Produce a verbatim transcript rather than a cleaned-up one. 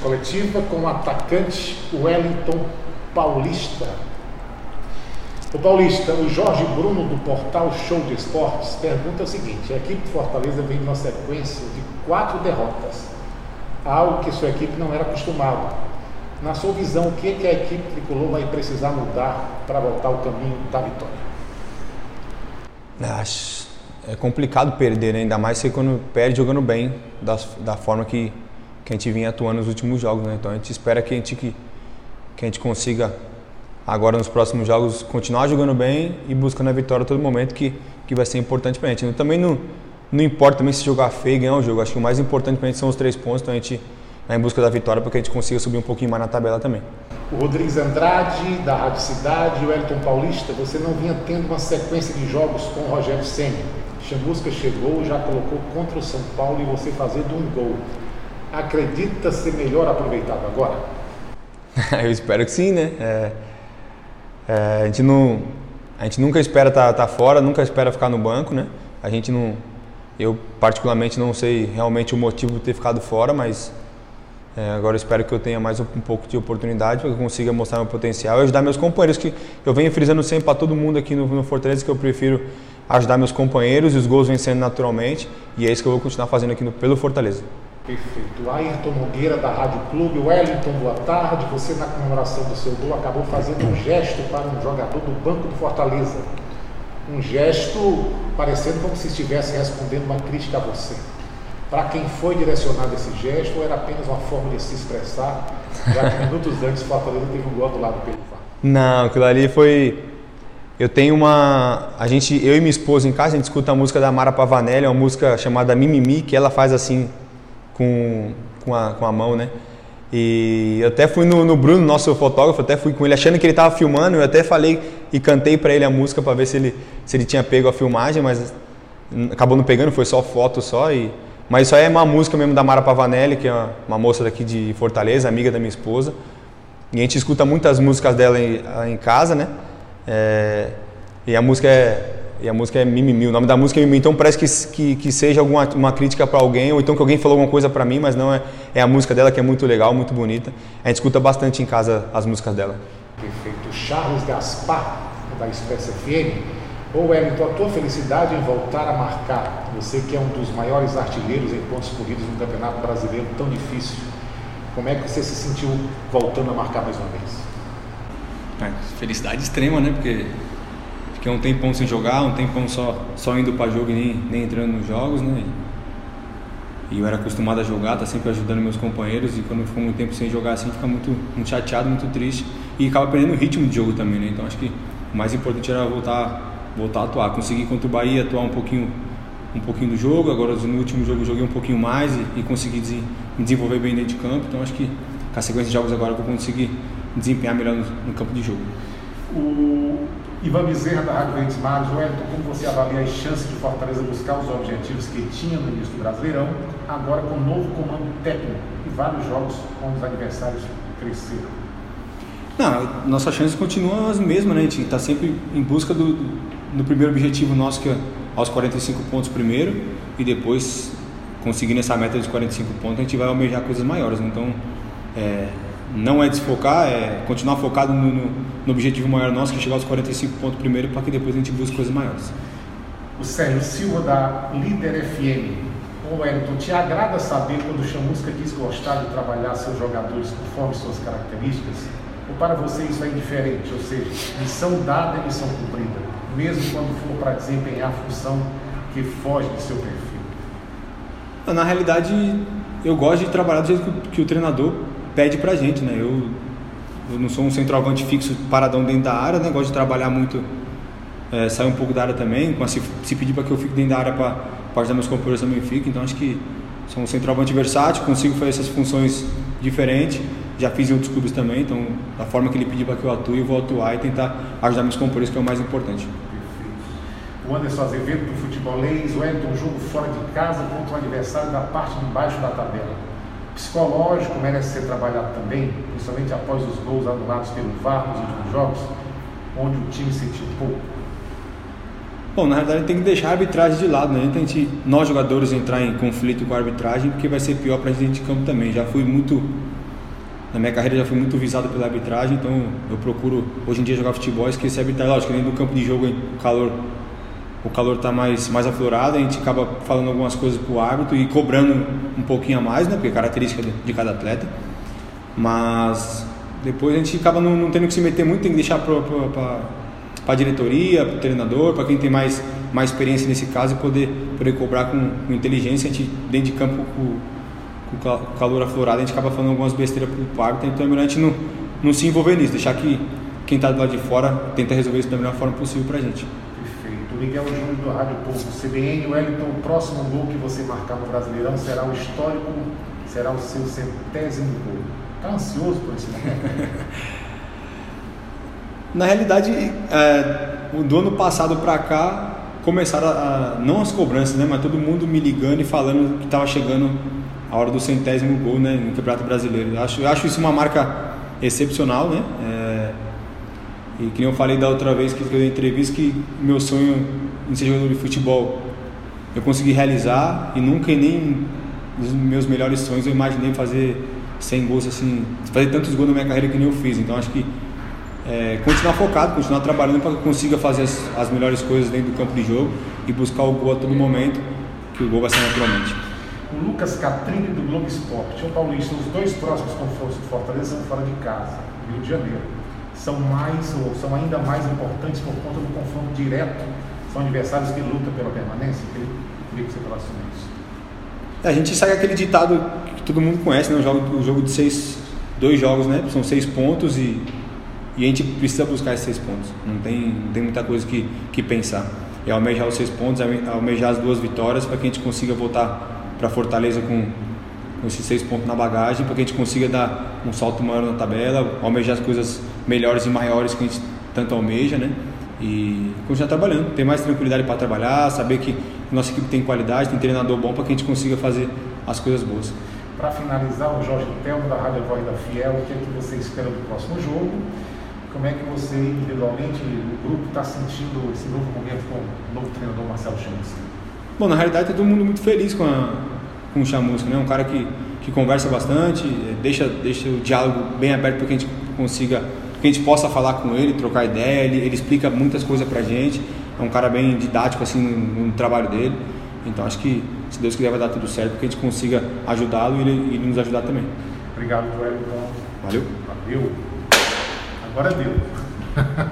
coletiva com o atacante Wellington Paulista. O Paulista, o Jorge Bruno do portal Show de Esportes pergunta o seguinte: a equipe de Fortaleza vem de uma sequência de quatro derrotas, algo que sua equipe não era acostumada. Na sua visão, o que é que a equipe tricolor vai precisar mudar para voltar ao caminho da vitória? Acho é complicado perder, né? Ainda mais se quando perde jogando bem, da, da forma que, que a gente vinha atuando nos últimos jogos, né? Então a gente espera que a gente, que, que a gente consiga agora nos próximos jogos continuar jogando bem e buscando a vitória a todo momento, que, que vai ser importante pra gente. Também não, não importa também se jogar feio e ganhar o jogo, acho que o mais importante pra gente são os três pontos, então a gente vai em busca da vitória para que a gente consiga subir um pouquinho mais na tabela também. O Rodrigues Andrade, da Rádio Cidade, e o Wellington Paulista, você não vinha tendo uma sequência de jogos com o Rogério Ceni. Chamusca chegou, já colocou contra o São Paulo e você fazendo um gol. Acredita ser melhor aproveitado agora? Eu espero que sim, né? É, é, a, gente não, a gente nunca espera estar tá, tá fora, nunca espera ficar no banco, né? A gente não, eu particularmente não sei realmente o motivo de ter ficado fora, mas é, agora eu espero que eu tenha mais um, um pouco de oportunidade para que eu consiga mostrar meu potencial e ajudar meus companheiros, que eu venho frisando sempre para todo mundo aqui no, no Fortaleza que eu prefiro ajudar meus companheiros e os gols vencendo naturalmente, e é isso que eu vou continuar fazendo aqui no, pelo Fortaleza. Perfeito. Ayrton Nogueira, da Rádio Clube. Wellington, boa tarde. Você, na comemoração do seu gol, acabou fazendo um gesto para um jogador do banco do Fortaleza. Um gesto parecendo como se estivesse respondendo uma crítica a você. Para quem foi direcionado esse gesto, ou era apenas uma forma de se expressar, já que minutos antes o Fortaleza teve um gol do lado pelo V A R? Não, aquilo ali foi... Eu tenho uma... A gente, eu e minha esposa em casa, a gente escuta a música da Mara Pavanelli, uma música chamada Mimimi, que ela faz assim com, com, a, com a mão, né? E eu até fui no, no Bruno, nosso fotógrafo, até fui com ele achando que ele estava filmando, eu até falei e cantei para ele a música para ver se ele, se ele tinha pego a filmagem, mas acabou não pegando, foi só foto só. E, mas isso aí é uma música mesmo da Mara Pavanelli, que é uma, uma moça daqui de Fortaleza, amiga da minha esposa. E a gente escuta muitas músicas dela em, em casa, né? É, e a música é e a música é Mimimi, o nome da música é Mimimi, então parece que, que, que seja alguma uma crítica para alguém, ou então que alguém falou alguma coisa para mim, mas não é, é a música dela, que é muito legal, muito bonita. A gente escuta bastante em casa as músicas dela. Perfeito. Charles Gaspar, da Express F M. Ô Wellington, a tua felicidade em voltar a marcar, você que é um dos maiores artilheiros em pontos corridos no Campeonato Brasileiro tão difícil, como é que você se sentiu voltando a marcar mais uma vez? É, felicidade extrema, né? Porque fiquei um tempão sem jogar, um tempão só, só indo para jogo e nem, nem entrando nos jogos, né? E eu era acostumado a jogar, tá sempre ajudando meus companheiros, e quando ficou muito tempo sem jogar assim, fica muito, muito chateado, muito triste, e acaba perdendo o ritmo de jogo também, né? Então acho que o mais importante era voltar, voltar a atuar. Consegui contra o Bahia atuar um pouquinho, um pouquinho do jogo, agora no último jogo eu joguei um pouquinho mais e, e consegui des, me desenvolver bem dentro de campo, então acho que com a sequência de jogos agora eu vou conseguir desempenhar melhor no, no campo de jogo. O Ivan Bezerra, da Rádio Verdes Mares. Wellington, como você avalia as chances de Fortaleza buscar os objetivos que tinha no início do Brasileirão, agora com um novo comando técnico e vários jogos onde os adversários cresceram? Não, nossas chances continuam as mesmas, né? A gente está sempre em busca do, do primeiro objetivo nosso, que é aos quarenta e cinco pontos primeiro, e depois, conseguindo essa meta dos quarenta e cinco pontos, a gente vai almejar coisas maiores, né? Então, é, não é desfocar, é continuar focado no, no, no objetivo maior nosso, que é chegar aos quarenta e cinco pontos primeiro, para que depois a gente busque coisas maiores. O Sérgio Silva, da Líder F M. Ô Wellington, te agrada saber quando o Chamusca diz gostar de trabalhar seus jogadores conforme suas características? Ou para você isso é indiferente? Ou seja, missão dada é missão cumprida, mesmo quando for para desempenhar a função que foge do seu perfil? Na realidade, eu gosto de trabalhar do jeito que, que o treinador pede pra gente, né? Eu, eu não sou um centroavante fixo paradão dentro da área, né? Gosto de trabalhar muito, é, sair um pouco da área também, mas se, se pedir para que eu fique dentro da área para ajudar meus companheiros também eu fico, então acho que sou um centroavante versátil, consigo fazer essas funções diferentes, já fiz em outros clubes também, então da forma que ele pedir para que eu atue, eu vou atuar e tentar ajudar meus companheiros, que é o mais importante. Perfeito. O Anderson Azevedo, do Futebolês. Wellington, um jogo fora de casa contra um adversário da parte de baixo da tabela. Psicológico merece ser trabalhado também, principalmente após os gols anulados pelo V A R nos últimos jogos, onde o time sentiu pouco? Bom, na verdade tem que deixar a arbitragem de lado, né? A gente, nós jogadores entrar em conflito com a arbitragem, porque vai ser pior para a gente dentro de campo também. Já fui muito, na minha carreira já fui muito visado pela arbitragem, então eu procuro hoje em dia jogar futebol, esquecer a arbitragem. Lógico que dentro do campo de jogo o calor o calor está mais, mais aflorado, a gente acaba falando algumas coisas para o árbitro e cobrando um pouquinho a mais, né, porque é característica de, de cada atleta, mas depois a gente acaba não, não tendo que se meter muito, tem que deixar para a diretoria, para o treinador, para quem tem mais, mais experiência nesse caso e poder, poder cobrar com, com inteligência. A gente dentro de campo com, com o calor aflorado, a gente acaba falando algumas besteiras para o árbitro, então é melhor a gente não, não se envolver nisso, deixar que quem está do lado de fora tenta resolver isso da melhor forma possível para a gente. Miguel Júnior do Rádio Povo, C B N. Wellington, o próximo gol que você marcar no Brasileirão será o histórico, será o seu centésimo gol. Está ansioso por esse momento? Na realidade, é, do ano passado para cá, começaram a, a, não as cobranças, né, mas todo mundo me ligando e falando que estava chegando a hora do centésimo gol, né, no Campeonato Brasileiro. Eu acho, eu acho isso uma marca excepcional, né? É, E que nem eu falei da outra vez que eu dei entrevista, que meu sonho em ser jogador de futebol eu consegui realizar, e nunca nem nos meus melhores sonhos eu imaginei fazer cem gols assim, fazer tantos gols na minha carreira que nem eu fiz. Então acho que é, continuar focado, continuar trabalhando para que eu consiga fazer as, as melhores coisas dentro do campo de jogo e buscar o gol a todo momento, que o gol vai ser naturalmente. O Lucas Catrini do Globo Esporte. O Paulista, os dois próximos confrontos do Fortaleza são fora de casa, Rio de Janeiro. São mais ou são ainda mais importantes por conta do confronto direto. São adversários que lutam pela permanência. Eu queria que você falasse sobre isso. É, a gente segue aquele ditado que todo mundo conhece, né? O jogo, o jogo de seis, dois jogos, né? São seis pontos e, e a gente precisa buscar esses seis pontos. Não tem, não tem muita coisa que, que pensar. É almejar os seis pontos, é almejar as duas vitórias para que a gente consiga voltar para Fortaleza com, com esses seis pontos na bagagem, para que a gente consiga dar um salto maior na tabela, almejar as coisas melhores e maiores que a gente tanto almeja, né? E continuar trabalhando, ter mais tranquilidade para trabalhar, saber que nossa equipe tem qualidade, tem treinador bom para que a gente consiga fazer as coisas boas. Para finalizar, o Jorge Telmo da Rádio Voz da Fiel, o que é que você espera do próximo jogo? Como é que você, individualmente, o grupo está sentindo esse novo momento com o novo treinador Marcelo Chamusca? Bom, na realidade está todo mundo muito feliz com, a, com o Chamusca, né? Um cara que, que conversa bastante, deixa, deixa o diálogo bem aberto para que a gente consiga, que a gente possa falar com ele, trocar ideia. Ele, ele explica muitas coisas pra gente, é um cara bem didático assim no, no trabalho dele, então acho que se Deus quiser vai dar tudo certo, que a gente consiga ajudá-lo e ele, ele nos ajudar também. Obrigado, Joel. Valeu. Valeu. Agora deu.